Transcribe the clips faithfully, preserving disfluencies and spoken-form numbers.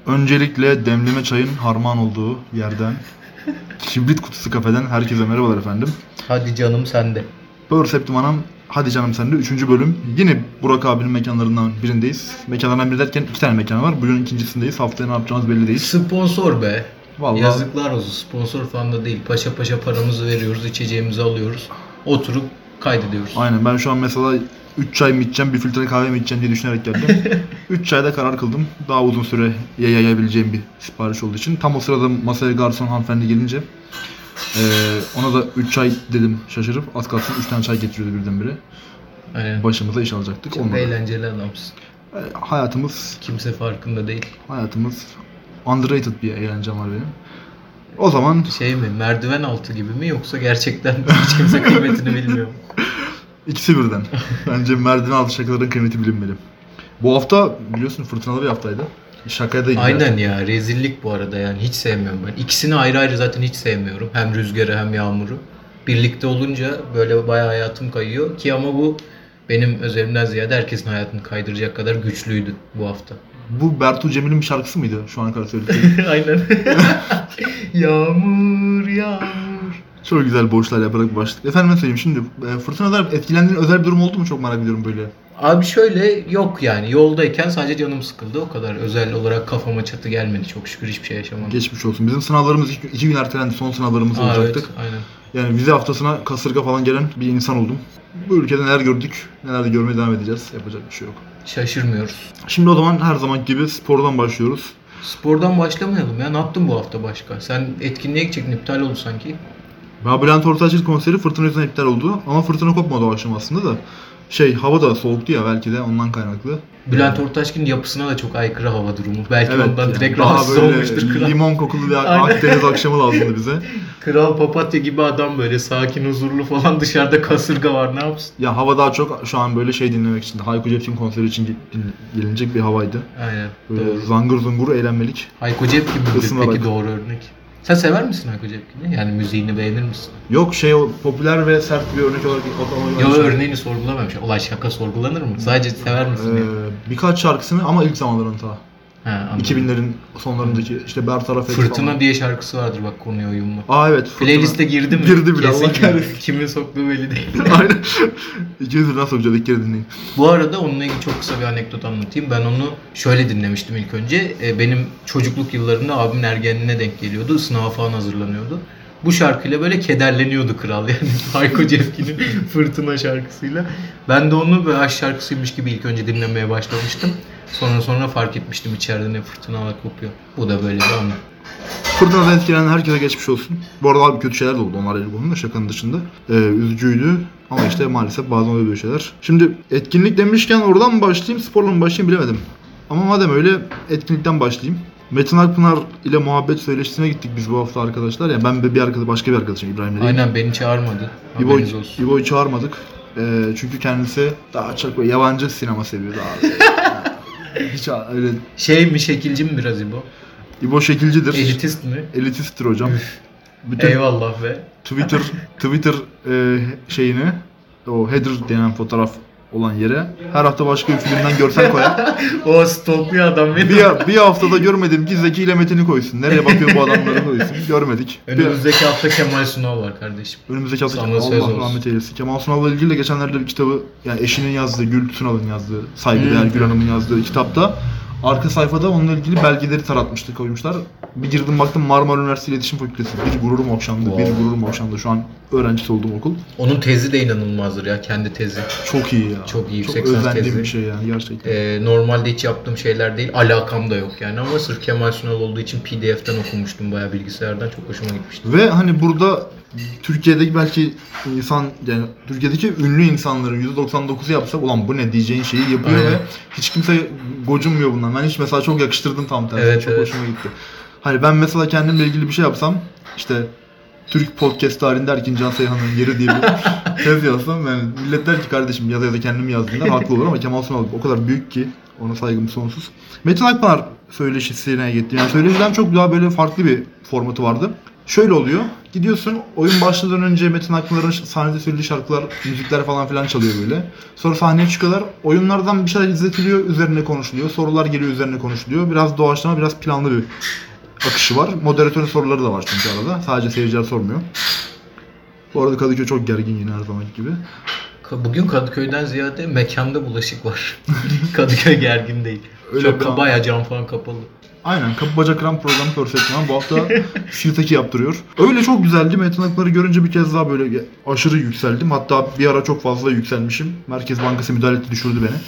Öncelikle demleme çayın harman olduğu yerden, Kibrit Kutusu Kafeden herkese merhabalar efendim. Hadi canım sende. Perceptum Anam, hadi canım sende üçüncü bölüm. Yine Burak abinin mekanlarından birindeyiz. Mekanlardan biri derken iki tane mekan var. Bugün ikincisindeyiz. Haftaya ne yapacağımız belli değil. Sponsor be. Vallahi... Yazıklar olsun. Sponsor falan da değil. Paşa paşa paramızı veriyoruz, içeceğimizi alıyoruz. Oturup kaydediyoruz. Aynen, ben şu an mesela üç çay mı içeceğim, bir filtre kahve mi içeceğim diye düşünerek geldim. üç çayda karar kıldım. Daha uzun süre yayabileceğim bir sipariş olduğu için. Tam o sırada masaya garson hanımefendi gelince ee, ona da üç çay dedim şaşırıp, az kalsın üç tane çay getiriyordu birdenbire. Aynen. Başımıza iş alacaktık. Çok olmadı. Eğlenceli adamsın. E, hayatımız... Kimse farkında değil. Hayatımız underrated bir eğlencem var benim. O zaman... Şey mi, merdiven altı gibi mi, yoksa gerçekten hiç kimse kıymetini bilmiyor mu? İkisi birden. Bence merdiven altı şakaların kıymeti bilinmeli. Bu hafta biliyorsun fırtınalı bir haftaydı. Şakaya da gider. Aynen ya, rezillik bu arada, yani hiç sevmiyorum ben. İkisini ayrı ayrı zaten hiç sevmiyorum. Hem rüzgarı hem yağmuru. Birlikte olunca böyle bayağı hayatım kayıyor ki, ama bu benim özelimden ziyade herkesin hayatını kaydıracak kadar güçlüydü bu hafta. Bu Bertu Cemil'in bir şarkısı mıydı şu ana kadar söylediğim? Aynen. Yağmur yağmur. Çok güzel boşlar yaparak başladık. Efendim söyleyeyim, şimdi fırtınadan etkilendiğin özel bir durum oldu mu, çok merak ediyorum böyle. Abi şöyle, yok yani, yoldayken sadece canım sıkıldı, o kadar. Özel olarak kafama çatı gelmedi, çok şükür hiçbir şey yaşamadım. Geçmiş olsun. Bizim sınavlarımız iki, iki gün ertelendi, son sınavlarımız Aa, olacaktık. Evet, aynen. Yani vize haftasına kasırga falan gelen bir insan oldum. Bu ülkede neler gördük, neler de görmeye devam edeceğiz. Yapacak bir şey yok. Şaşırmıyoruz. Şimdi o zaman her zaman gibi spordan başlıyoruz. Spordan başlamayalım ya. Ne yaptın bu hafta başka? Sen etkinliğe gidecektin, iptal oldu sanki. Ya Bülent Ortaçgil konseri fırtına yüzünden iptal oldu. Ama fırtına kopmadı o akşam aslında da. Şey, hava da soğuktu ya, belki de ondan kaynaklı. Bülent Ortaçgil'in yapısına da çok aykırı hava durumu. Belki evet, ondan yani direkt rahatsız olmuştur kral. Limon kokulu bir Akdeniz akşamı lazımdı bize. Kral papatya gibi adam, böyle sakin, huzurlu falan, dışarıda kasırga var, ne yapsın? Ya hava daha çok şu an böyle şey dinlemek için, Hayko Cepkin konseri için gelinecek bir havaydı. Aynen. Böyle doğru. zangır zungur eğlenmelik. Hayko Cepkin mi peki Isınarak. doğru örnek? Sen sever misin Hayko Cepkin'i? Yani müziğini beğenir misin? Yok, şey, o popüler ve sert bir örnek olarak Yok, örneğini sorgulamamış. Olay şaka sorgulanır mı? Sadece sever misin? Ee, birkaç şarkısını, ama ilk zamanların ta. Ha, iki binlerin sonlarındaki işte Bertaraf Fırtına falan diye şarkısı vardır bak, konuya uyumlu. Aa evet. Fırtına. Playlist'e girdi mi? Girdi bile, Allah Kesin kahretsin. Kimin soktuğu belli değil. Aynen. İkiniz birden sokacağız, ilk kere dinleyin. Bu arada onunla ilgili çok kısa bir anekdot anlatayım. Ben onu şöyle dinlemiştim ilk önce. Benim çocukluk yıllarında abimin ergenliğine denk geliyordu. Sınava falan hazırlanıyordu. Bu şarkıyla böyle kederleniyordu kral, yani Hayko Cepkin'in Fırtına şarkısıyla. Ben de onu böyle aşk şarkısıymış gibi ilk önce dinlemeye başlamıştım. Sonra sonra fark etmiştim içeride ne fırtınalar kopuyor. Bu da böyle bir anı. Fırtınadan etkilenen herkese geçmiş olsun. Bu arada abi kötü şeyler de oldu onlar bunun da, şakanın dışında. Ee, üzücüydü ama işte maalesef bazen oluyor böyle şeyler. Şimdi etkinlik demişken oradan mı başlayayım, sporla mı başlayayım bilemedim. Ama madem öyle, etkinlikten başlayayım. Metin Akpınar ile muhabbet söyleşisine gittik biz bu hafta arkadaşlar. Yani ben bir arkadaş, başka bir arkadaşım İbrahim'le. Aynen, beni çağırmadı. İbo'yu, İbo'yu çağırmadık. Ee, çünkü kendisi daha çok böyle yabancı sinema seviyordu abi. Yani hiç öyle... Şey mi, şekilci mi biraz İbo? İbo şekilcidir. Elitist mi? Elitisttir hocam. Bütün Eyvallah be. Twitter Twitter e, şeyini, o header denen fotoğraf olan yere her hafta başka bir filmden görsel koyar. O stalkluyor adam beni. Bir, bir haftada görmedim ki Zeki ile Metin'i koysun. Nereye bakıyor bu adamları koysun. Görmedik. Önümüzdeki bir... hafta Kemal Sunal var kardeşim. Önümüzdeki hafta Sana Allah rahmet eylesin. Kemal Sunal'la ilgili de geçenlerde bir kitabı, yani eşinin yazdığı, Gül Sunal'ın yazdığı, saygıdeğer hmm. Gül Hanım'ın yazdığı kitapta arka sayfada onunla ilgili belgeleri taratmıştı, koymuşlar. Bir girdim baktım, Marmara Üniversitesi İletişim Fakültesi. Bir gururum okşandı, wow. bir gururum okşandı. Şu an öğrencisi olduğum okul. Onun tezi de inanılmazdır ya, kendi tezi. Çok iyi ya. Çok iyi, yüksek çok lisans tezi. özendiğim bir şey yani gerçekten. Ee, normalde hiç yaptığım şeyler değil, alakam da yok yani, ama sırf Kemal Sunal olduğu için P D F'ten okumuştum bayağı, bilgisayardan, çok hoşuma gitmişti. Ve hani burada Türkiye'deki belki insan, yani Türkiye'deki ünlü insanların yüzde doksan dokuzu yapsak ulan bu ne diyeceğin şeyi yapıyor. Aynen. Ve hiç kimse gocunmuyor bundan. Ben hiç mesela çok yakıştırdım tam tersi. Evet, çok evet. Hoşuma gitti. Hani ben mesela kendimle ilgili bir şey yapsam, işte Türk podcast tarihinde Erkin Can Seyhan'ın yeri diye bir tez yazsam, yani millet der ki kardeşim yaza yaza kendim yazdım, haklı olur, ama Kemal Sunal o kadar büyük ki ona saygım sonsuz. Metin Akpınar söyleşisine gittim. Yani söyleşiden çok daha böyle farklı bir formatı vardı. Şöyle oluyor. Gidiyorsun oyun başlamadan önce Metin Akpınar'ın sahnede söylediği şarkılar, müzikler falan filan çalıyor böyle. Sonra sahneye çıkıyorlar. Oyunlardan bir şeyler izletiliyor, üzerine konuşuluyor. Sorular geliyor, üzerine konuşuluyor. Biraz doğaçlama, biraz planlı bir akışı var. Moderatörün soruları da var çünkü arada. Sadece seyirciler sormuyor. Bu arada Kadıköy çok gergin yine her zaman gibi. Bugün Kadıköy'den ziyade mekanda bulaşık var. Kadıköy gergin değil. Öyle Çok bir- bayağı cam falan kapalı. Aynen, kapı bacak kıran programı Perfect bu hafta Sirtaki yaptırıyor. Öyle çok güzeldi. Metin Akpınar'ı görünce bir kez daha böyle aşırı yükseldim. Hatta bir ara çok fazla yükselmişim. Merkez Bankası müdahale etti, düşürdü beni.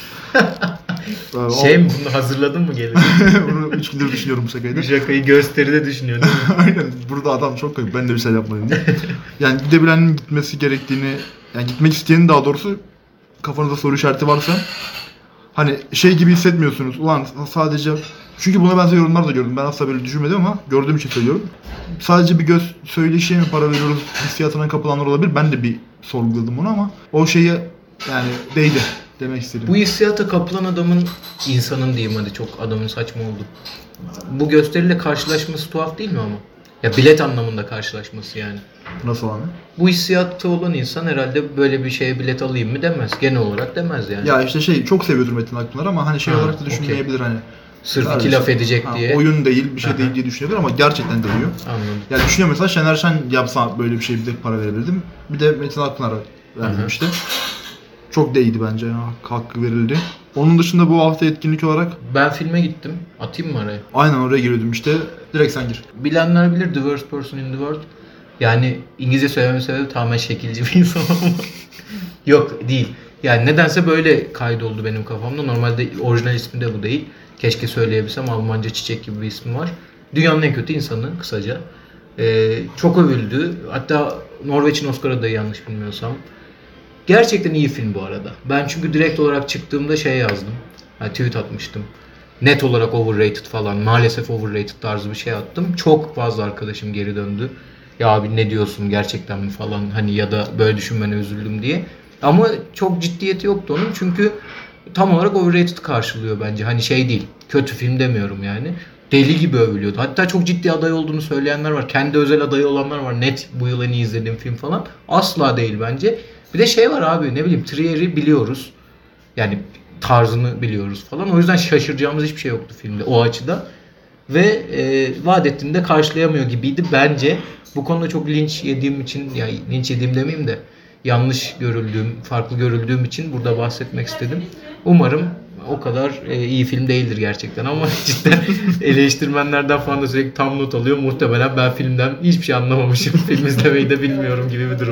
Ee, Şey mi, bunu hazırladın mı gelin? Bunu üç gündür düşünüyorum bu şakayı. Bu şakayı gösteride düşünüyor değil mi? Aynen, burada adam çok kayıp, ben de bir şey yapmayayım diye. Yani gidebilenin gitmesi gerektiğini, yani gitmek isteyenin daha doğrusu kafanızda soru işareti varsa hani şey gibi hissetmiyorsunuz. Ulan sadece, çünkü buna benzer yorumlar da gördüm. Ben asla böyle düşünmedim ama gördüğüm için söylüyorum. Sadece bir göz söyleşiye mi para veriyoruz hissiyatına kapılanlar olabilir. Ben de bir sorguladım bunu ama o şeye yani değdi demek istedim. Bu hissiyata kapılan adamın, insanın diyeyim hadi, çok adamın saçma oldu. Bu gösteriyle karşılaşması tuhaf değil mi ama? Ya bilet anlamında karşılaşması yani. Nasıl abi? Bu hissiyatta olan insan herhalde böyle bir şeye bilet alayım mı demez. Genel olarak demez yani. Ya işte şey, çok seviyordur Metin Akpınar ama hani şey Ha, olarak da düşünmeyebilir hani. Sırf iki Sadece- laf edecek ha, diye. oyun değil, bir şey Aha. değil diye düşünüyordur ama gerçekten değiyor. Anladım. Yani düşünüyor mesela, Şener Şen yapsa böyle bir şey bir de para verebilirdim. Bir de Metin Akpınar'a verdim Aha. işte. Çok değdi bence ya, hakkı verildi. Onun dışında bu hafta etkinlik olarak Ben filme gittim. Atayım mı araya? aynen oraya geliyordum işte. Direkt sen gir. Bilenler bilir, The Worst Person in the World. Yani İngilizce söylememin sebebi tamamen şekilci bir insan ama. Yok değil. Yani nedense böyle kaydoldu benim kafamda. Normalde orijinal ismi de bu değil. Keşke söyleyebilsem, Almanca çiçek gibi bir ismi var. Dünyanın en kötü insanı kısaca. Ee, çok övüldü. Hatta Norveç'in Oscar adayı yanlış bilmiyorsam. Gerçekten iyi film bu arada. Ben çünkü direkt olarak çıktığımda şey yazdım. Yani tweet atmıştım. Net olarak overrated falan, maalesef overrated tarzı bir şey attım. Çok fazla arkadaşım geri döndü. Ya abi ne diyorsun, gerçekten mi falan, hani ya da böyle düşünmene üzüldüm diye. Ama çok ciddiyeti yoktu onun, çünkü tam olarak overrated karşılıyor bence. Hani şey değil, kötü film demiyorum yani. Deli gibi övülüyordu. Hatta çok ciddi aday olduğunu söyleyenler var. Kendi özel adayı olanlar var. Net bu yıl en iyi izlediğim film falan. Asla değil bence. Bir de şey var abi, ne bileyim, Trier'i biliyoruz. Yani tarzını biliyoruz falan. O yüzden şaşıracağımız hiçbir şey yoktu filmde o açıda. Ve e, vaat ettiğinde karşılayamıyor gibiydi bence. Bu konuda çok linç yediğim için, ya linç yediğim demeyeyim de yanlış görüldüğüm, farklı görüldüğüm için burada bahsetmek istedim. Umarım o kadar e, iyi film değildir gerçekten ama cidden eleştirmenlerden falan da sürekli tam not alıyor. Muhtemelen ben filmden hiçbir şey anlamamışım. Film izlemeyi de bilmiyorum gibi bir durum.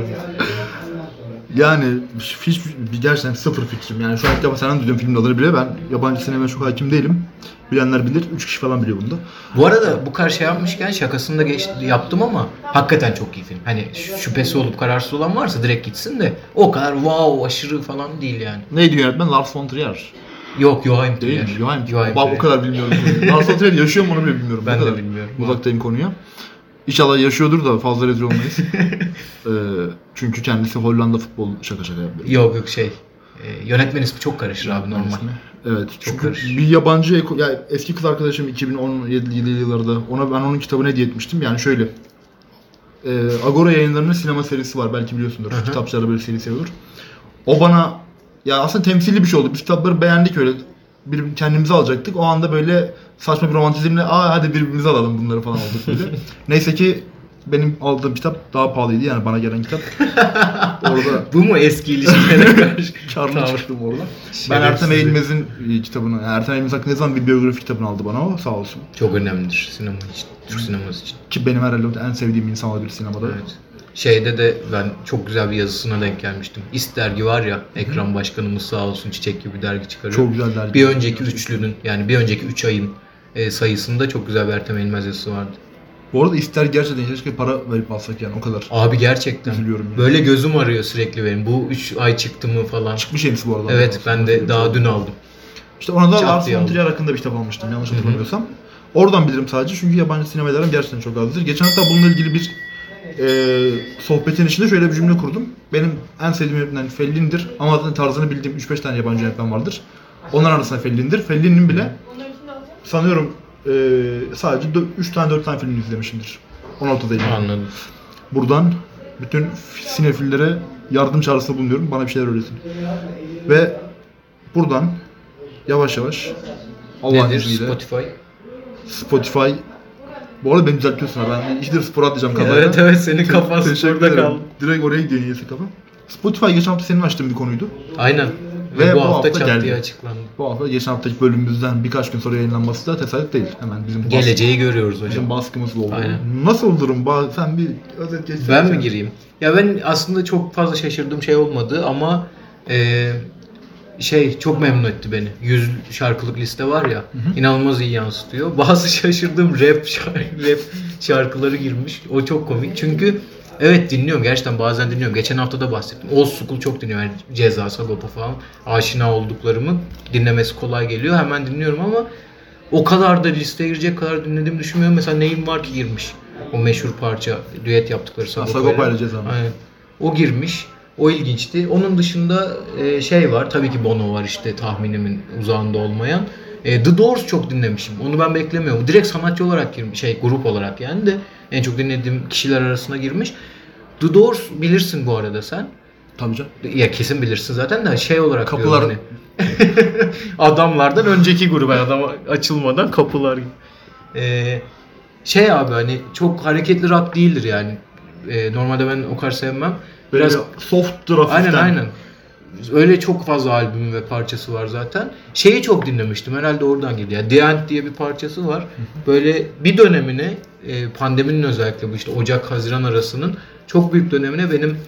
Yani hiç bir gerçekten sıfır fikrim. Yani şu an ilk defa senden duyduğum filmin adını bile, ben yabancı sinemaya çok hakim değilim. Bilenler bilir. Üç kişi falan biliyor bunu da. Bu arada bu kadar şey yapmışken şakasını da geç, yaptım ama hakikaten çok iyi film. Hani şüphesi olup kararsız olan varsa direkt gitsin de o kadar wow aşırı falan değil yani. Neydi yönetmen? Lars von Trier. Yok, Joachim Değil mi? Trier. Joachim. Joachim Bak, o Trier. kadar bilmiyorum. Lars von Trier yaşıyor mu onu bile bilmiyorum. Ben Bu de kadar bilmiyorum. uzaktayım konuya. İnşallah yaşıyordur da fazla rezil olmayız. ee, çünkü kendisi Hollanda futbol şaka şaka yapıyor. Yok yok şey. E, yönetmen ismi çok karışır abi, normal. İsmi. Evet. Çok Çünkü karışık. bir yabancı eko- ya eski kız arkadaşım iki bin on yedi yıllarda, ona ben onun kitabını hediye etmiştim. Yani şöyle. E, Agora Yayınları'nın sinema serisi var, belki biliyorsundur. Hı hı. Kitapçılarda böyle serisi olur. O bana ya aslında temsili bir şey oldu. Biz kitapları beğendik, öyle bir kendimize alacaktık. O anda böyle saçma bir romantizmle aa hadi birbirimize alalım bunları falan olduk böyle. Neyse ki benim aldığım kitap daha pahalıydı, yani bana gelen kitap. Orada Bu mu eski ilişkilere karşı? karlı Tamam. çıktım orada. Ben Şerefsizlik. Ertem Eğilmez'in e, kitabını, yani Ertem Eğilmez hakkında ne zaman bir biyografi kitabını aldı bana, o sağ olsun. Çok önemlidir sinema için. Türk sineması için. Ki benim herhalde en sevdiğim insan olabilir sinemada. Evet. Şeyde de ben çok güzel bir yazısına denk gelmiştim. İst dergi var ya, ekran başkanımız sağ olsun çiçek gibi dergi çıkarıyor. Çok güzel dergi. Bir önceki üçlünün, yani bir önceki üç ayın e, sayısında çok güzel bir Ertem Eğilmez yazısı vardı. Bu arada ister gerçekten keşke para verip alsak, yani o kadar. Abi gerçekten. Üzülüyorum yani. Böyle gözüm arıyor sürekli benim. Bu üç ay çıktı mı falan. Çıkmış yenisi bu arada. Evet, ben de daha dün aldım. İşte ona da Çat Lars diye von aldım. Trier hakkında bir kitap almıştım yanlış hatırlamıyorsam. Oradan bilirim sadece, çünkü yabancı sinemalarım gerçekten çok azdır. Geçen hatta bununla ilgili bir e, sohbetin içinde şöyle bir cümle kurdum. Benim en sevdiğim yönetmen Fellini'dir ama zaten tarzını bildiğim üç beş tane yabancı yönetmen vardır. Onlar arasında Fellini'dir. Fellini'nin bile sanıyorum e, sadece üç tane dört tane filmini izlemişimdir. on altıdayım. Anladım. Buradan bütün sinefillere yardım çağrısında bulunuyorum. Bana bir şeyler öğretin. Ve buradan yavaş yavaş Allah'ın Nedir izniyle Spotify? Spotify. Bu arada beni düzeltiyorsun ha. Ben iştir spor atlayacağım kafaya. Evet evet senin kafan Teşekkür sporda ederim. kaldı. Direkt oraya gidiyor niyeyse kafa. Spotify geçen hafta senin açtığın bir konuydu. Aynen. Ve Ve bu, bu hafta, hafta çat geldi. diye açıklandı. Bu hafta geçen haftaki bölümümüzden birkaç gün sonra yayınlanması da tesadüf değil. Hemen bizim Geleceği görüyoruz hocam. Bizim baskımız oldu. Aynen. Nasıl durum? Ba- Sen bir özet geçsene. Ben mi gireyim? Ya ben aslında çok fazla şaşırdığım şey olmadı ama e, şey çok memnun etti beni. yüz şarkılık liste var ya, hı. inanılmaz iyi yansıtıyor. Bazı şaşırdığım rap şarkı, rap şarkıları girmiş. O çok komik. Çünkü evet dinliyorum. Gerçekten bazen dinliyorum. Geçen hafta da bahsettim. Old School çok dinliyorum. Yani Ceza, Sagopa falan. Aşina olduklarımı dinlemesi kolay geliyor. Hemen dinliyorum ama o kadar da listeye girecek kadar dinlediğimi düşünmüyorum. Mesela Neyim Var Ki girmiş. O meşhur parça, düet yaptıkları Sagopa'yla. Sagopa ile Ceza. Aynen. O girmiş. O ilginçti. Onun dışında e, şey var. Tabii ki Bono var işte tahminimin uzağında olmayan. E, The Doors çok dinlemişim. Onu ben beklemiyorum. Direkt sanatçı olarak girmiş. Şey grup olarak yani de en çok dinlediğim kişiler arasına girmiş. The Doors bilirsin bu arada sen. Tabii canım. Ya kesin bilirsin zaten de şey olarak Kapılar- diyorum hani. Adamlardan önceki gruba adam açılmadan kapılar gibi. Ee, şey abi hani çok hareketli rock değildir yani. Ee, normalde ben o kadar sevmem. Böyle Biraz soft'tur hafiften. aynen aynen. Öyle çok fazla albümü ve parçası var zaten. Şeyi çok dinlemiştim. Herhalde oradan geliyor. Yani The End diye bir parçası var. Böyle bir dönemine e, pandeminin özellikle bu işte Ocak-Haziran arasının çok büyük dönemine benim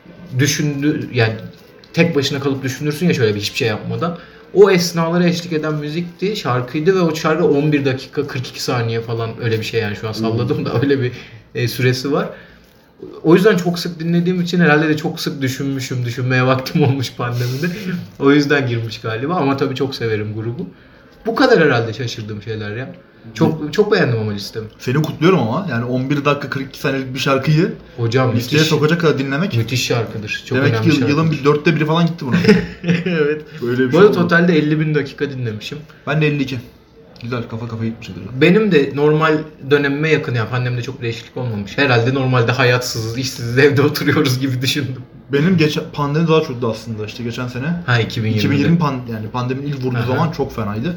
düşündü yani tek başına kalıp düşünürsün ya şöyle bir hiçbir şey yapmadan. O esnalara eşlik eden müzikti, şarkıydı ve o şarkı on bir dakika kırk iki saniye falan öyle bir şey yani şu an salladım da öyle bir e, süresi var. O yüzden çok sık dinlediğim için herhalde de çok sık düşünmüşüm, düşünmeye vaktim olmuş pandemide. O yüzden girmiş galiba ama tabii çok severim grubu. Bu kadar herhalde şaşırdığım şeyler ya. Çok çok beğendim ama listemi. Seni kutluyorum ama yani on bir dakika kırk iki saniyelik bir şarkıyı Hocam listeye müthiş, sokacak kadar dinlemek müthiş şarkıdır. Çok demek önemli ki yıl- şarkıdır. yılın bir dörtte biri falan gitti buna. Evet. Böyle bir Bu şey arada oldu. totalde elli bin dakika dinlemişim. Ben de elli iki. Güzel kafa kafa gitmiştir. Benim de normal dönemime yakın yani pandemide çok değişiklik olmamış. Herhalde normalde hayatsızız, işsiziz, evde oturuyoruz gibi düşündüm. Benim geçen pandemi daha çoktu aslında işte geçen sene. Ha iki bin yirmide. iki bin yirmi pan yani pandeminin ilk vurduğu Aha. zaman çok fenaydı.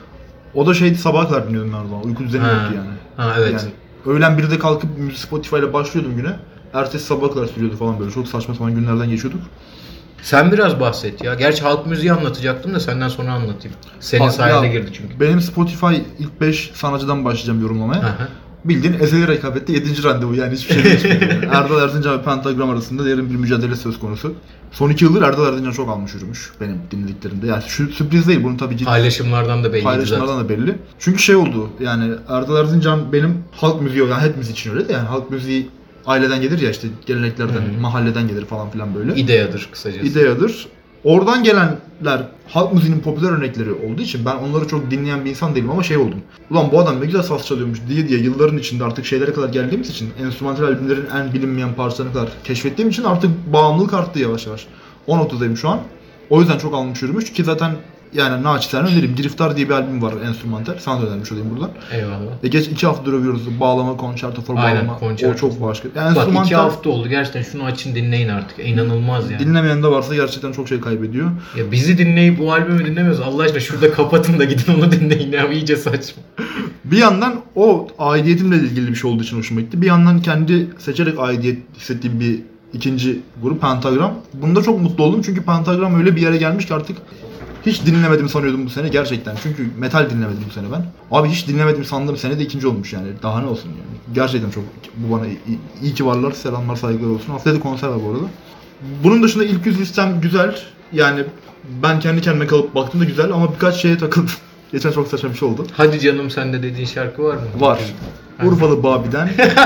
O da şeydi sabaha kadar dinliyordum her zaman. Uyku düzeni Ha. yoktu yani. Ha evet. Yani öğlen birde kalkıp Spotify ile başlıyordum güne. Ertesi sabaha kadar sürüyordu falan böyle. Çok saçma sapan günlerden geçiyorduk. Sen biraz bahset ya. Gerçi halk müziği anlatacaktım da senden sonra anlatayım. Senin Ha, sayende ya, girdi çünkü. Benim Spotify ilk beş sanatçıdan başlayacağım yorumlamaya. Aha. Bildiğin ezeli rekabette yedinci randevu yani hiçbir şey değişmiyor. Yani. Erdal Erzincan ve Pentagram arasında derin bir mücadele söz konusu. Son iki yıldır Erdal Erzincan çok almış yürümüş benim dinlediklerimde. Yani şu sürpriz değil bunun tabii ciddi Paylaşımlardan da belliydi zaten. paylaşımlardan da belli. Çünkü şey oldu yani Erdal Erzincan benim halk müziği yani hepimiz için öyle de yani halk müziği aileden gelir ya işte geleneklerden, Hı hı. mahalleden gelir falan filan böyle. İdeyadır kısacası. İdeyadır. Oradan gelenler halk müziğinin popüler örnekleri olduğu için ben onları çok dinleyen bir insan değilim ama şey oldum. Ulan bu adam ne güzel saz çalıyormuş diye diye yılların içinde artık şeylere kadar geldiğimiz için enstrümantal albümlerin en bilinmeyen parçalarına kadar keşfettiğim için artık bağımlılık arttı yavaş yavaş. on noktadayım şu an. O yüzden çok almış yürümüş ki zaten yani naçizane önereyim. Driftar diye bir albüm var enstrümantal. Sana da önermiş olayım buradan. Eyvallah. E geç iki haftadır övüyoruz. Bağlama, konçerto for Aynen, bağlama. konçerto. O çok başka. Yani Bak iki enstrümantal hafta oldu gerçekten şunu açın dinleyin artık. İnanılmaz yani. dinlemeyen de varsa gerçekten çok şey kaybediyor. Ya bizi dinleyip bu albümü dinlemiyoruz. Allah aşkına şurada kapatın da gidin onu dinleyin ya. İyice saçma. Bir yandan o aidiyetimle ilgili bir şey olduğu için hoşuma gitti. Bir yandan kendi seçerek aidiyet hissettiğim bir ikinci grup Pentagram. Bunda çok mutlu oldum çünkü Pentagram öyle bir yere gelmiş ki artık hiç dinlemedim sanıyordum bu sene gerçekten. Çünkü metal dinlemedim bu sene ben. Abi hiç dinlemedim sandığım sene de ikinci olmuş yani. Daha ne olsun yani. Gerçekten çok bu bana iyi, iyi ki varlar. Selamlar, saygılar olsun. Haftaya da konser var bu arada. Bunun dışında ilk yüz listem güzel. Yani ben kendi kendime kalıp baktığımda güzel ama birkaç şeye takıldım. Geçen çok saçma bir şey oldu. Hadi canım sende dediğin şarkı var mı? Var. Urfalı Babi'den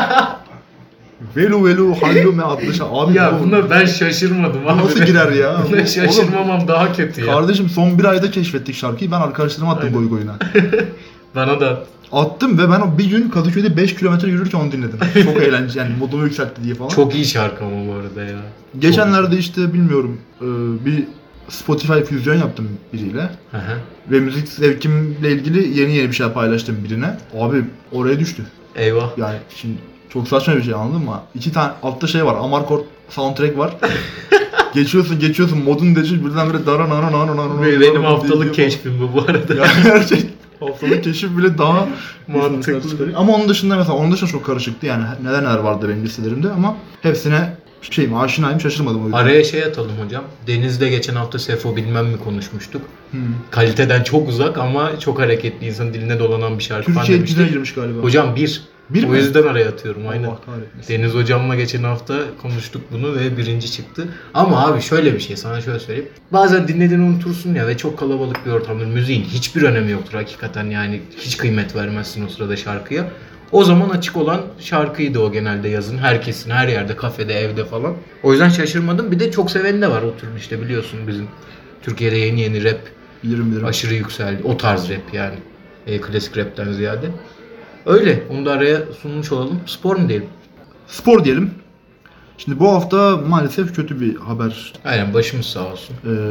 Velu Velu Hallume adlı şarkı. Abi Ya bu- buna ben şaşırmadım abi. nasıl girer ya? Buna Oğlum, şaşırmamam daha kötü ya. Kardeşim son bir ayda keşfettik şarkıyı. Ben arkadaşlarıma attım Aynen. goy goyuna. Bana da Attım ve ben o bir gün Kadıköy'de beş kilometre yürürken onu dinledim. Çok eğlenceli yani modumu yükseltti diye falan. çok iyi şarkı ama bu arada ya. Geçenlerde işte bilmiyorum e, bir Spotify füzyon yaptım biriyle. Hı hı. Ve müzik zevkimle ilgili yeni yeni bir şey paylaştım birine. Abi oraya düştü. Eyvah. Yani şimdi Çok saçma bir şey, anladın mı? İki tane altta şey var. Amarcord soundtrack var. geçiyorsun geçiyorsun modun değişiyor. Birdenbire dara nara nara nara. Benim haftalık keşfim bu bu arada. Ya her şey haftalık keşif bile daha mantıklı. Ama onun dışında mesela onun dışında çok karışıktı yani. Neler neler vardı benim listelerimde ama hepsine şeyim aşinayım, şaşırmadım o yüzden. Araya şey atalım hocam. Deniz'de geçen hafta Sefo bilmem mi konuşmuştuk. Hmm. Kaliteden çok uzak ama çok hareketli, insan diline dolanan bir şarkı. Türkiye güzel girmiş galiba. Hocam bir. Bir o mi? Yüzden araya atıyorum aynen. Deniz hocamla geçen hafta konuştuk bunu ve birinci çıktı. Ama abi şöyle bir şey, sana şöyle söyleyeyim. Bazen dinlediğini unutursun ya ve çok kalabalık bir ortamdır. Müziğin hiçbir önemi yoktur hakikaten, yani hiç kıymet vermezsin o sırada şarkıya. O zaman açık olan şarkıydı o genelde yazın. Herkesin her yerde, kafede, evde falan. O yüzden şaşırmadım. Bir de çok seveni de var o türün, işte biliyorsun bizim Türkiye'de yeni yeni rap bilirim, bilirim. aşırı yükseldi. O tarz rap yani. E, klasik rapten ziyade. Öyle. Onu da araya sunmuş olalım. Spor mu diyelim? Spor diyelim. Şimdi bu hafta maalesef kötü bir haber. Aynen, başımız sağ olsun.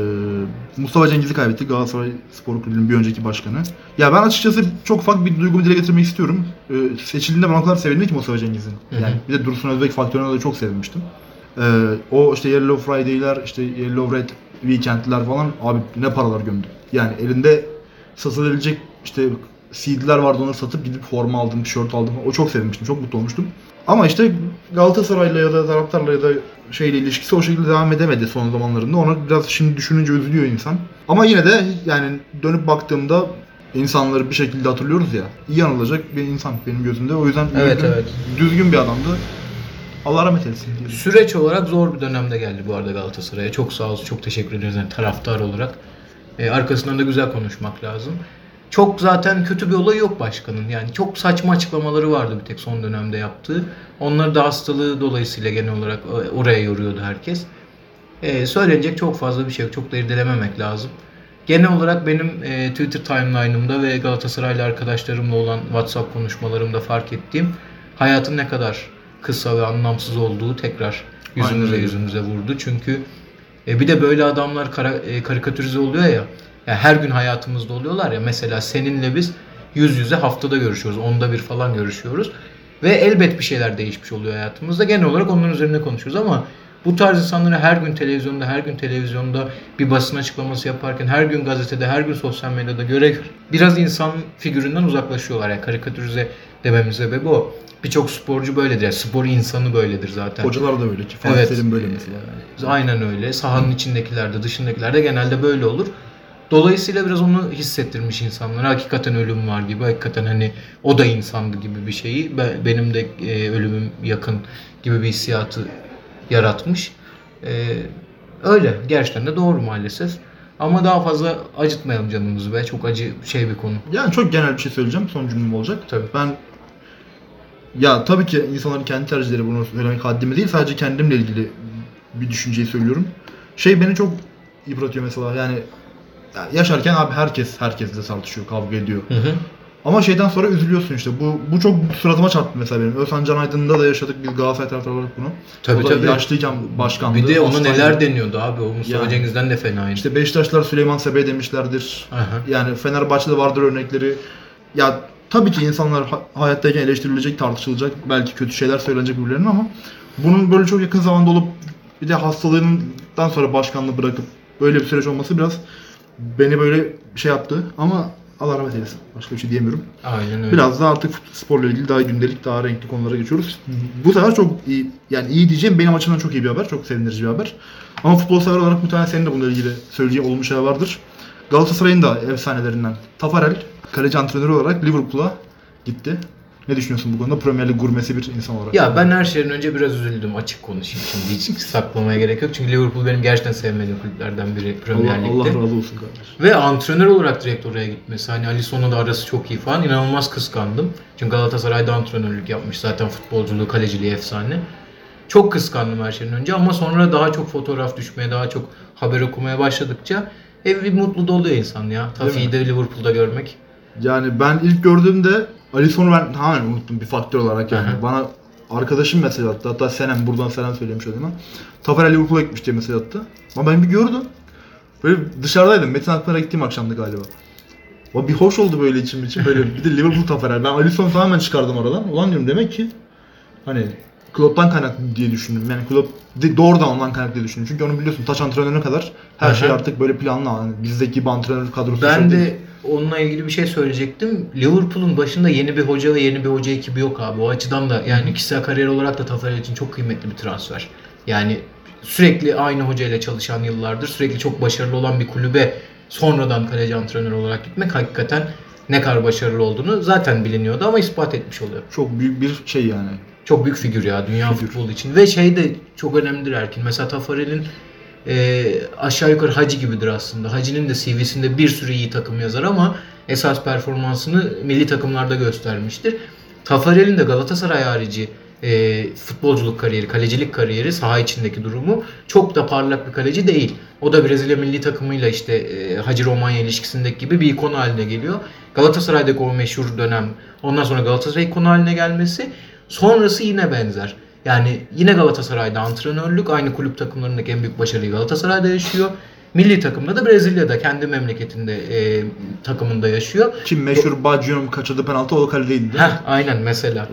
Ee, Mustafa Cengiz'i kaybettik. Galatasaray Spor Kulübü'nün bir önceki başkanı. Ya ben açıkçası çok ufak bir duygumu dile getirmek istiyorum. Ee, seçildiğinde ben o kadar sevindim ki Mustafa Cengiz'in. Yani bir de Dursun Özbek faktörüne de çok sevinmiştim. Ee, o işte Yellow Friday'ler, işte Yellow Red Weekend'ler falan abi ne paralar gömdü. Yani elinde satılabilecek işte C D'ler vardı, onları satıp gidip forma aldım, tişört aldım. O çok sevinmiştim, çok mutlu olmuştum. Ama işte Galatasaray'la ya da taraftarla ya da şeyle ilişkisi o şekilde devam edemedi son zamanlarında. Ona biraz şimdi düşününce üzülüyor insan. Ama yine de yani dönüp baktığımda insanları bir şekilde hatırlıyoruz ya. İyi anılacak bir insan benim gözümde. O yüzden evet, düzgün, evet. düzgün bir adamdı. Allah rahmet eylesin diyelim. Süreç olarak zor bir dönemde geldi bu arada Galatasaray'a. Çok sağ olsun, çok teşekkür ederiz yani taraftar olarak. Ee, arkasından da güzel konuşmak lazım. Çok zaten kötü bir olayı yok başkanın. Yani çok saçma açıklamaları vardı bir tek son dönemde yaptığı. Onları da hastalığı dolayısıyla genel olarak oraya yoruyordu herkes. Ee, söylenecek çok fazla bir şey yok. Çok da irdelememek lazım. Genel olarak benim e, Twitter timeline'ımda ve Galatasaraylı arkadaşlarımla olan WhatsApp konuşmalarımda fark ettiğim hayatın ne kadar kısa ve anlamsız olduğu tekrar yüzümüze yüzümüze vurdu. Çünkü e, bir de böyle adamlar kara, e, karikatürize oluyor ya. Yani her gün hayatımızda oluyorlar ya, mesela seninle biz yüz yüze haftada görüşüyoruz, onda bir falan görüşüyoruz ve elbet bir şeyler değişmiş oluyor hayatımızda. Genel olarak onların üzerine konuşuyoruz ama bu tarz insanları her gün televizyonda, her gün televizyonda bir basın açıklaması yaparken, her gün gazetede, her gün sosyal medyada göre biraz insan figüründen uzaklaşıyorlar. Yani karikatürize dememin sebebi o. Birçok sporcu böyledir. Yani spor insanı böyledir zaten. Hocalar da öyle ki. Fatih evet. Terim böyle mesela. Yani. Aynen öyle. Sahanın içindekiler de dışındakiler de genelde böyle olur. Dolayısıyla biraz onu hissettirmiş insanlara. Hakikaten ölüm var gibi, hakikaten hani o da insandı gibi bir şeyi, benim de e, ölümüm yakın gibi bir hissiyatı yaratmış. E, öyle. Gerçekten de doğru maalesef. Ama daha fazla acıtmayalım canımızı be. Çok acı şey bir konu. Yani çok genel bir şey söyleyeceğim. Son cümlem olacak. Tabii. Ben ya tabii ki insanların kendi tercihleri, bunu söylemek haddime değil. Sadece kendimle ilgili bir düşünceyi söylüyorum. Şey beni çok yıpratıyor mesela. Yani yaşarken abi herkes herkesle tartışıyor, kavga ediyor. Hı hı. Ama şeyden sonra üzülüyorsun işte. Bu bu çok suratıma çarptı mesela benim. Özhan Can Aydın'da da yaşadık biz Galatasaray taraftarı olarak bunu. Tabii o da tabii. yaşlıyken başkandı. Bir de ona neler deniyordu abi. O Mustafa yani, Cengiz'den de fena. İşte Beşiktaşlar Süleyman Sebe demişlerdir. Aha. Yani Fenerbahçe'de vardır örnekleri. Ya tabii ki insanlar hayattayken eleştirilecek, tartışılacak, belki kötü şeyler söylenecek birbirlerine ama bunun böyle çok yakın zamanda olup bir de hastalığından sonra başkanlığı bırakıp böyle bir süreç olması biraz beni böyle şey yaptı ama Allah rahmet eylesin. Başka bir şey diyemiyorum. Aynen öyle. Biraz daha artık sporla ilgili daha gündelik, daha renkli konulara geçiyoruz. Hı hı. Bu sefer çok iyi, yani iyi diyeceğim, benim açımdan çok iyi bir haber, çok sevindirici bir haber. Ama futbol sever olarak muhtemelen senin de bununla ilgili söyleyeceğin olumlu şeyler vardır. Galatasaray'ın da efsanelerinden Tafarel, kaleci antrenörü olarak Liverpool'a gitti. Ne düşünüyorsun bu konuda? Premier Lig gurmesi bir insan olarak. Ya ben her şeyden önce biraz üzüldüm. Açık konuşayım şimdi. Hiç saklamaya gerek yok. Çünkü Liverpool benim gerçekten sevmediğim kulüplerden biri Premier Lig'de. Allah, Allah razı olsun kardeşim. Ve antrenör olarak direkt oraya gitmesi. Hani Alisson'la da arası çok iyi falan. İnanılmaz kıskandım. Çünkü Galatasaray'da antrenörlük yapmış. Zaten futbolculuğu, kaleciliği efsane. Çok kıskandım her şeyden önce ama sonra daha çok fotoğraf düşmeye, daha çok haber okumaya başladıkça ev bir mutlu doluyor insan ya. Tafi'yi de Liverpool'da görmek. Yani ben ilk gördüğümde Alisson'u ben tamamen unuttum bir faktör olarak yani. Hı-hı. Bana arkadaşım mesaj attı. Hatta Senem, buradan selam söylemiş olayım. Tafarel Liverpool'a gitmiş diye mesaj attı. Ama ben bir gördüm. Böyle dışarıdaydım. Metin Akpınar'a gittiğim akşamdı galiba. O bir hoş oldu böyle içim için. Böyle bir de Liverpool Tafarel. Ben Alisson'u tamamen çıkardım aradan. Ulan diyorum demek ki Hani Klopp'tan kaynaklı diye düşündüm. Yani Klopp de- doğrudan ondan kaynaklı diye düşündüm. Çünkü onu biliyorsun taç antrenörüne kadar her Aha. şey artık böyle planlı. Yani bizdeki gibi antrenör kadrosu Ben çok de değil. onunla ilgili bir şey söyleyecektim. Liverpool'un başında yeni bir hoca ve yeni bir hoca ekibi yok abi. O açıdan da yani kişisel kariyer olarak da Tafarel için çok kıymetli bir transfer. Yani sürekli aynı hocayla çalışan yıllardır, sürekli çok başarılı olan bir kulübe sonradan kaleci antrenör olarak gitmek hakikaten ne kadar başarılı olduğunu zaten biliniyordu ama ispat etmiş oluyor. Çok büyük bir şey yani. Çok büyük figür ya dünya Figür. futbolu için. Ve şey de çok önemlidir Erkin. Mesela Tafarel'in e, aşağı yukarı Hacı gibidir aslında. Hacı'nın da C V'sinde bir sürü iyi takım yazar ama esas performansını milli takımlarda göstermiştir. Tafarel'in de Galatasaray harici e, futbolculuk kariyeri, kalecilik kariyeri, saha içindeki durumu çok da parlak bir kaleci değil. O da Brezilya milli takımıyla işte e, Hacı-Romanya ilişkisindeki gibi bir ikon haline geliyor. Galatasaray'daki o meşhur dönem, ondan sonra Galatasaray ikonu haline gelmesi, sonrası yine benzer. Yani yine Galatasaray'da antrenörlük, aynı kulüp takımlarındaki en büyük başarıyı Galatasaray'da yaşıyor. Milli takımda da Brezilya'da, kendi memleketinde e, takımında yaşıyor. Kim meşhur Baggio'nun kaçırdığı penaltı o kaledeydi değil mi? Heh, aynen mesela.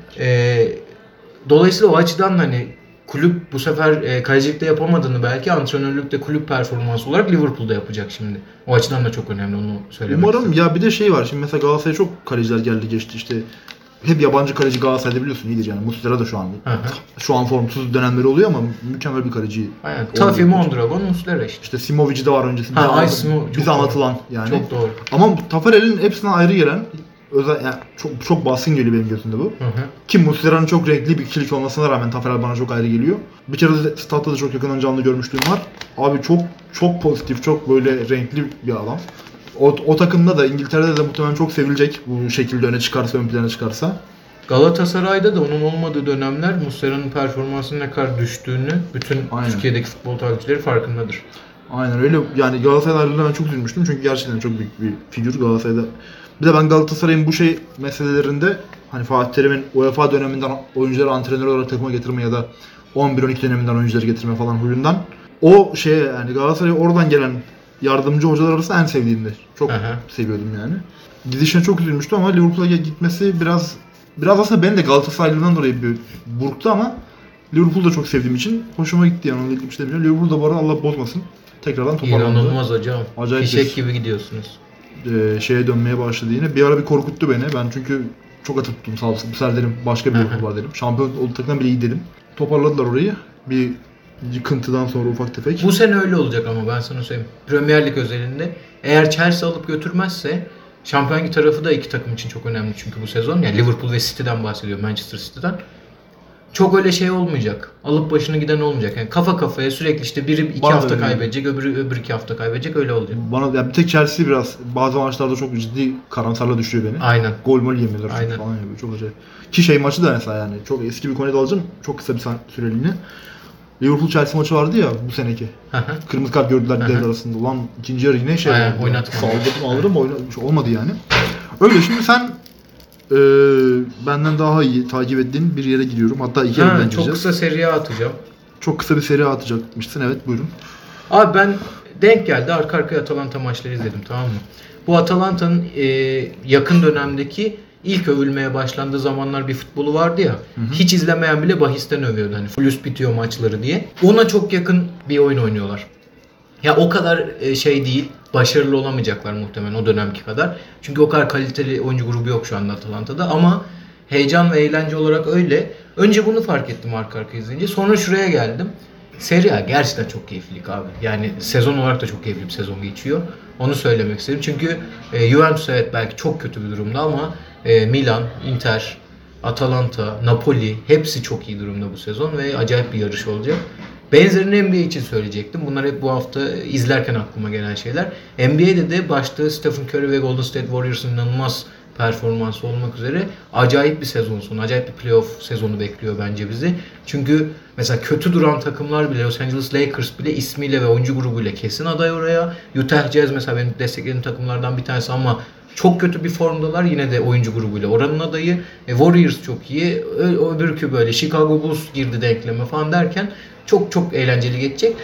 E, dolayısıyla o açıdan hani kulüp bu sefer e, kalecilikte yapamadığını belki antrenörlükte kulüp performansı olarak Liverpool'da yapacak şimdi. O açıdan da çok önemli, onu söylemek Umarım istedim. ya bir de şey var. Şimdi mesela Galatasaray'a çok kaleciler geldi geçti işte. Hep yabancı kaleci Galatasaray'da biliyorsun iyidir yani. Muslera da şu an. Hı hı. Şu an formsuz dönemleri oluyor ama mükemmel bir kaleci. Aynen. oldu. Tafi, Mondragon, Muslera işte. İşte Simovic de var öncesinde. Ha, Bize ay, anlat- Simo- çok bize doğru. anlatılan yani. Çok doğru. Ama Tafarel'in hepsinden ayrı gelen özel yani çok çok baskın geliyor benim gözümde bu. Hı hı. Ki Muslera'nın çok renkli bir kişilik olmasına rağmen Tafarel bana çok ayrı geliyor. Bir kere de statta da çok yakından canlı görmüşlüğüm var. Abi çok çok pozitif, çok böyle renkli bir adam. O, o takımda da İngiltere'de de muhtemelen çok sevilecek bu şekilde öne çıkarsa, ön plana çıkarsa. Galatasaray'da da onun olmadığı dönemler Muslera'nın performansının ne kadar düştüğünü bütün Aynen. Türkiye'deki futbol takipçileri farkındadır. Aynen öyle. Yani Galatasaray'la ayrılığına ben çok üzülmüştüm çünkü gerçekten çok büyük bir figür Galatasaray'da. Bir de ben Galatasaray'ın bu şey meselelerinde hani Fatih Terim'in UEFA döneminden oyuncuları antrenör olarak takıma getirme ya da on bir on iki döneminden oyuncuları getirme falan huyundan o şeye yani Galatasaray'a oradan gelen yardımcı hocalar arasında en sevdiğimdi. Çok Aha. seviyordum yani. Gidişine çok üzülmüştüm ama Liverpool'a gitmesi biraz biraz aslında beni de Galatasaraylı'dan dolayı bir burktu ama Liverpool'u da çok sevdiğim için hoşuma gitti yani. Onu ilk bir şey demiyorum. Liverpool da bu arada Allah bozmasın. Tekrardan toparlandı. İnanılmaz hocam. Acayip Fişek bir- gibi gidiyorsunuz. Ee, şeye dönmeye başladı yine. Bir ara bir korkuttu beni. Ben çünkü çok atıp tuttum sağ olsun. Bu sefer dedim başka bir Hı hı. Liverpool var dedim. Şampiyon olduklarından bile iyi dedim. Toparladılar orayı. Bir yıkıntıdan sonra ufak tefek. Bu sene öyle olacak ama ben sana söyleyeyim. Premier Lig özelinde eğer Chelsea alıp götürmezse Şampiyonluk tarafı da iki takım için çok önemli çünkü bu sezon. Yani Liverpool ve City'den bahsediyorum, Manchester City'den. Çok öyle şey olmayacak. Alıp başına giden olmayacak. Yani kafa kafaya sürekli işte biri iki Bana da hafta öyle. kaybedecek, öbürü öbür iki hafta kaybedecek, öyle olacak. Bana ya bir tek Chelsea biraz bazı maçlarda çok ciddi karamsarla düşüyor beni. Aynen. Gol mol yemiyorlar çok Aynen. falan yapıyor. Çok acayip. Ki şey maçı da mesela yani çok eski bir konuya dalacağım. Çok kısa bir san- süreliğine. Liverpool Chelsea maçı vardı ya bu seneki. Hı hı. Kırmızı kart gördüler Hı devre hı. arasında. Ulan ikinci yarı yine şey Aynen, oldu. oynatmadı. Saldırdım alırım oyna şey olmadı yani. Öyle şimdi sen e, benden daha iyi takip ettiğin bir yere gidiyorum. Hatta iki Ha, yerden çok gireceğiz. kısa seriye atacağım. Çok kısa bir seri atacakmışsın. Evet buyurun. Abi ben denk geldi, arka arkaya Atalanta maçları izledim, tamam mı? Bu Atalanta'nın e, yakın dönemdeki ilk övülmeye başlandığı zamanlar bir futbolu vardı ya. Hiç izlemeyen bile bahisten övüyordu hani flüs bitiyor maçları diye. Ona çok yakın bir oyun oynuyorlar. Ya o kadar e, şey değil, başarılı olamayacaklar muhtemelen o dönemki kadar. Çünkü o kadar kaliteli oyuncu grubu yok şu anda Atalanta'da ama heyecan ve eğlence olarak öyle. Önce bunu fark ettim arka arka izleyince. Sonra şuraya geldim. Serie A gerçekten çok keyifli abi. Yani sezon olarak da çok keyifli bir sezon geçiyor. Onu söylemek istedim. Çünkü e, Juventus evet belki çok kötü bir durumda ama e, Milan, Inter, Atalanta, Napoli hepsi çok iyi durumda bu sezon ve acayip bir yarış olacak. Benzerini N B A için söyleyecektim. Bunlar hep bu hafta izlerken aklıma gelen şeyler. N B A'de de başta Stephen Curry ve Golden State Warriors'ın inanılmaz performansı olmak üzere acayip bir sezon sonu, acayip bir playoff sezonu bekliyor bence bizi. Çünkü mesela kötü duran takımlar bile, Los Angeles Lakers bile ismiyle ve oyuncu grubuyla kesin aday oraya. Utah Jazz mesela benim desteklediğim takımlardan bir tanesi ama çok kötü bir formdalar, yine de oyuncu grubuyla oranın adayı. E, Warriors çok iyi, Ö- öbürkü böyle Chicago Bulls girdi denkleme falan derken çok çok eğlenceli geçecek.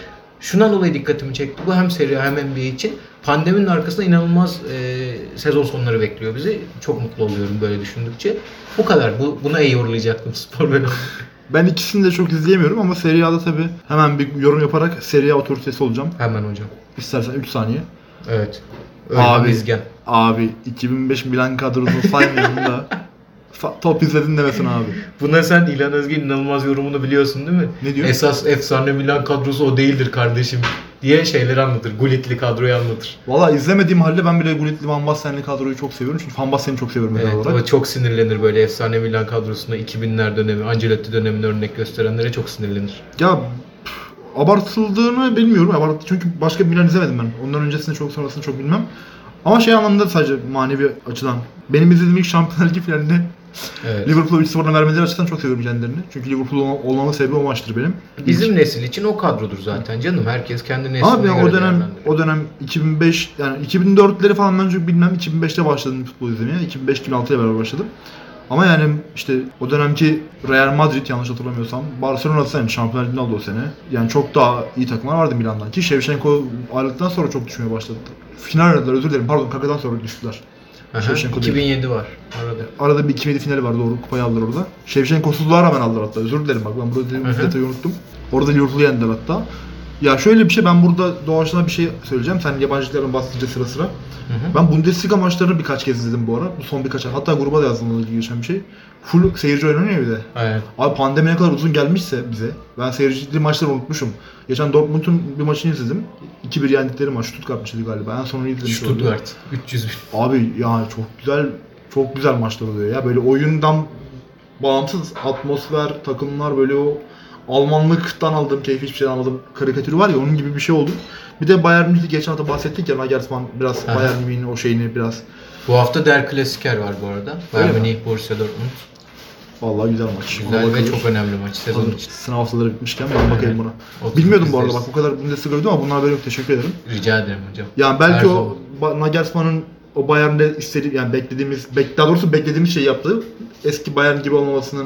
Şundan dolayı dikkatimi çekti. Bu hem Serie A hem N B A için. Pandeminin arkasında inanılmaz e, sezon sonları bekliyor bizi. Çok mutlu oluyorum böyle düşündükçe. Bu kadar. Bu, buna iyi yorulacaktım spor bölümü. Ben ikisini de çok izleyemiyorum ama Serie A'da tabii hemen bir yorum yaparak Serie A otoritesi olacağım. Hemen hocam. İstersen üç saniye. Evet. Öyle Abi, bizgen. abi iki bin beş Milan kadrosunu saymayalım da fa- top izledin demesin abi. Buna sen İlhan Özge'nin inanılmaz yorumunu biliyorsun değil mi? Ne diyor? Esas efsane Milan kadrosu o değildir kardeşim diye şeyleri anlatır. Gullit'li kadroyu anlatır. Valla izlemediğim halde ben bile Gullit'li Van Basten'li kadroyu çok seviyorum. Çünkü Van Basten'i çok seviyorum özel Evet, olarak. o çok sinirlenir böyle efsane Milan kadrosunda iki binler dönemi, Ancelotti dönemini örnek gösterenlere çok sinirlenir. Ya pff, abartıldığını bilmiyorum. Abart çünkü başka bir Milan izlemedim ben. Ondan öncesini çok sonrasını çok bilmem. Ama şey anlamında sadece manevi açıdan. Benim izlediğim ilk Şampiyonlar Ligi finalinde Evet. Liverpool'a üç sıfır'la vermeleri açısından çok seviyorum kendilerini. Çünkü Liverpool olmamın sebebi o maçtır benim. Bizim nesil için o kadrodur zaten canım. Herkes kendi nesline Abi ya göre o dönem değerlendiriyor. o dönem iki bin beş yani iki bin dörtleri falan ben çok bilmem. iki bin beşte başladım futbol izlemeye. iki bin beş iki bin altıya beraber başladım. Ama yani işte o dönemki Real Madrid yanlış hatırlamıyorsam Barcelona sene Şampiyonlar Ligi'ni aldı o sene. Yani çok daha iyi takımlar vardı Milan'dan ki Shevchenko ayrıldıktan sonra çok düşmeye başladı. Final oynadılar, özür dilerim, pardon, Kaka'dan sonra düştüler. Aha, Shevchenko iki bin yedi var arada. Arada bir iki bin yedi finali var, doğru, kupayı aldılar orada. Shevchenko'suzluğa rağmen aldılar hatta, özür dilerim bak ben burada dediğim Hı hı. detayı unuttum. Orada Liverpool'u yendiler hatta. Ya şöyle bir şey, ben burada doğaçlama bir şey söyleyeceğim. Sen yabancılardan bahsedince sıra sıra. Hı hı. Ben Bundesliga maçlarını birkaç kez izledim bu ara. Bu son birkaç ay. Hatta gruba da yazdım onunla ilgili geçen bir şey. Full seyirci oynanıyor bir de. Evet. Abi pandemi ne kadar uzun gelmişse bize. Ben seyircili maçları unutmuşum. Geçen Dortmund'un bir maçını izledim. iki bir yendikleri maç. Stuttgart maçıydı galiba. En sonunu izlemiş oldum. Stuttgart. üç yüz bin. Abi ya çok güzel, çok güzel maçlar oluyor ya. Böyle oyundan bağımsız atmosfer, takımlar, böyle o Almanlıktan aldığım keyif, hiçbir şeyden aldığım karikatürü var ya, onun gibi bir şey oldu. Bir de Bayern Münih, geçen hafta bahsettik ya, Nagelsmann biraz Aha. Bayern Münih'in o şeyini biraz. Bu hafta Der Klassiker var bu arada. Öyle Bayern mi? Münih, Borussia Dortmund. Vallahi güzel maç. Güzel Ona ve bakılır. çok önemli maç sezon Hazır için. sınav haftaları bitmişken ben bakayım buna. Oturup Bilmiyordum bu arada, izleriz. bak bu kadar Bundesliga gördüm ama bundan haberim yok, teşekkür ederim. Rica ederim hocam. Yani belki Her o Ba- Nagelsmann'ın o Bayern'de istediği, yani beklediğimiz, bek, daha doğrusu beklediğimiz şey yaptı. Eski Bayern gibi olmamasının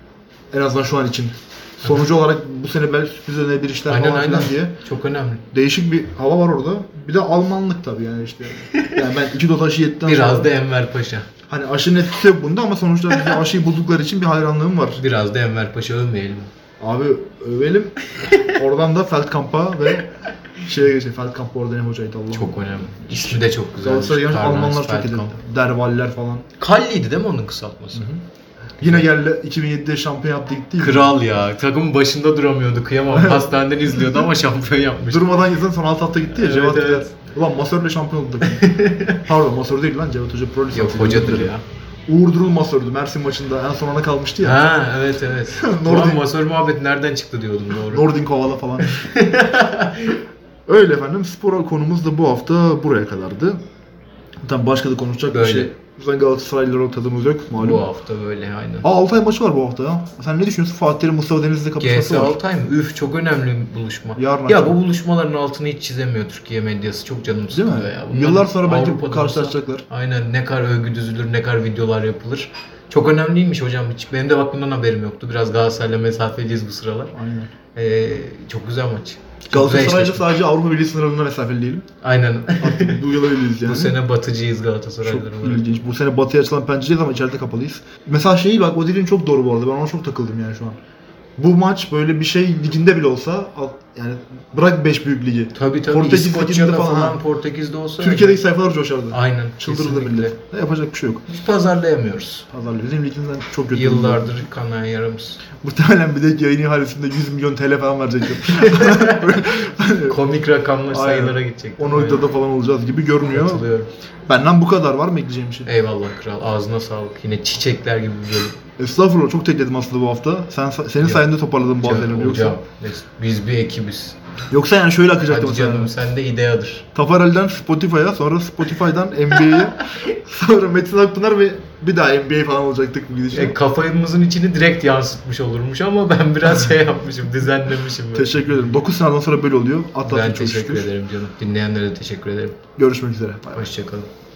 en azından şu an için sonucu olarak bu sene belki sürpriz dönebilir işler Aynen falan filan aynen. diye. Çok önemli. Değişik bir hava var orada. Bir de Almanlık tabii yani işte. Yani ben iki dot aşı yedikten sonra Biraz da Enver Paşa. hani aşının etkisi yok bunda ama sonuçta bize aşıyı buldukları için bir hayranlığım var. Biraz da Enver Paşa övmeyelim. Abi övelim. Oradan da Feldkamp'a ve şeye geçelim. Feldkamp orada ne hocaydı Allah'ım. Çok önemli. İsmi de çok güzel. Galatasaray genç Almanlar çok iyi. Dervaller falan. Kalli'ydi değil mi onun kısaltması? Yine geldi iki bin yedide şampiyon yaptı gitti. Kral ya. Takımın başında duramıyordu. Kıyamam. Hastaneden izliyordu ama şampiyon yapmış. Durmadan izlen son alt hafta gitti ya. Evet, Cevat evet. evet. Ulan masörle şampiyon oldu takım. Pardon, masör değil lan, Cevat Hoca pro lisans. Yok hocadır ya. Uğur Durul masördü. Mersin maçında en son ona kalmıştı ya. Ha evet evet. Nordin- Ulan masör muhabbet nereden çıktı diyordum doğru. Nordin Kovala falan. Öyle efendim, spor konumuz da bu hafta buraya kadardı. Zaten başka da konuşacak Böyle. bir şey. Zaten Galatasaraylılara tadımız yok malum. Bu hafta böyle aynen. Aa, Altay maçı var bu hafta ya. Sen ne düşünüyorsun? Fatih Terim Mustafa Denizli'de G kapışması S var. Altay mı? Üf çok önemli bir buluşma. Yarın ya akşam. bu buluşmaların altını hiç çizemiyor Türkiye medyası. Çok canım Değil sıkılıyor mi? ya. Bunlar Yıllar sonra belki Avrupa'da karşılaşacaklar. olsa- Aynen, ne kadar övgü düzülür, ne kadar videolar yapılır. Çok önemliymiş hocam. Hiç benim de bak bundan haberim yoktu. Biraz Galatasaray'la mesafeliyiz bu sıralar. Aynen. Ee, çok güzel maç. Çok güzel Galatasaray'la eşleşme. sadece Avrupa Birliği sınırlarında mesafeli değilim. Aynen. Artık bu yıla öyleyiz yani. Bu sene batıcıyız Çok Galatasaraylılar olarak. ilginç. Bu sene batıya açılan pencereyiz ama içeride kapalıyız. Mesela şeyi bak, o dediğin çok doğru bu arada. Ben ona çok takıldım yani şu an. Bu maç böyle bir şey liginde bile olsa, alt- yani bırak beş büyük ligi. Tabii tabii. Portekiz İskoçya'da liginde falan, falan, ha. Portekiz'de olsa. Türkiye'deki sayfalar coşardı. Aynen. Çıldırırdı kesinlikle. millet. Ne yapacak bir şey yok. Biz pazarlayamıyoruz. Pazarlıyor. Bizim ligimizden çok kötü. Yıllardır kanayan yaramız. Muhtemelen bir de yayın ihalesinde yüz milyon T L falan verecekler. Komik rakamlar Aynen. sayılara gidecek. O noktada falan olacağız gibi görünüyor. Katılıyorum. Benden bu kadar, var mı ekleyeceğim bir şey? Eyvallah kral. Ağzına sağlık. Yine çiçekler gibi bir bölüm. Estağfurullah, çok tekledim aslında bu hafta. Sen senin Yok. sayende toparladım bazı Canım, yerleri, yoksa. hocam, biz bir ekibiz. Yoksa yani şöyle akacaktı Hadi mesela. canım, sen de ideadır. Tafarel'den Spotify'a, sonra Spotify'dan N B A'ye, sonra Metin Akpınar ve bir daha N B A falan olacaktık bu gidişle. E, kafamızın içini direkt yansıtmış olurmuş ama ben biraz şey yapmışım, düzenlemişim. Böyle. Teşekkür ederim. dokuz sınavdan sonra böyle oluyor. Atlattım Ben çok teşekkür şükür. ederim canım. Dinleyenlere de teşekkür ederim. Görüşmek üzere. Bay bay. Hoşçakalın.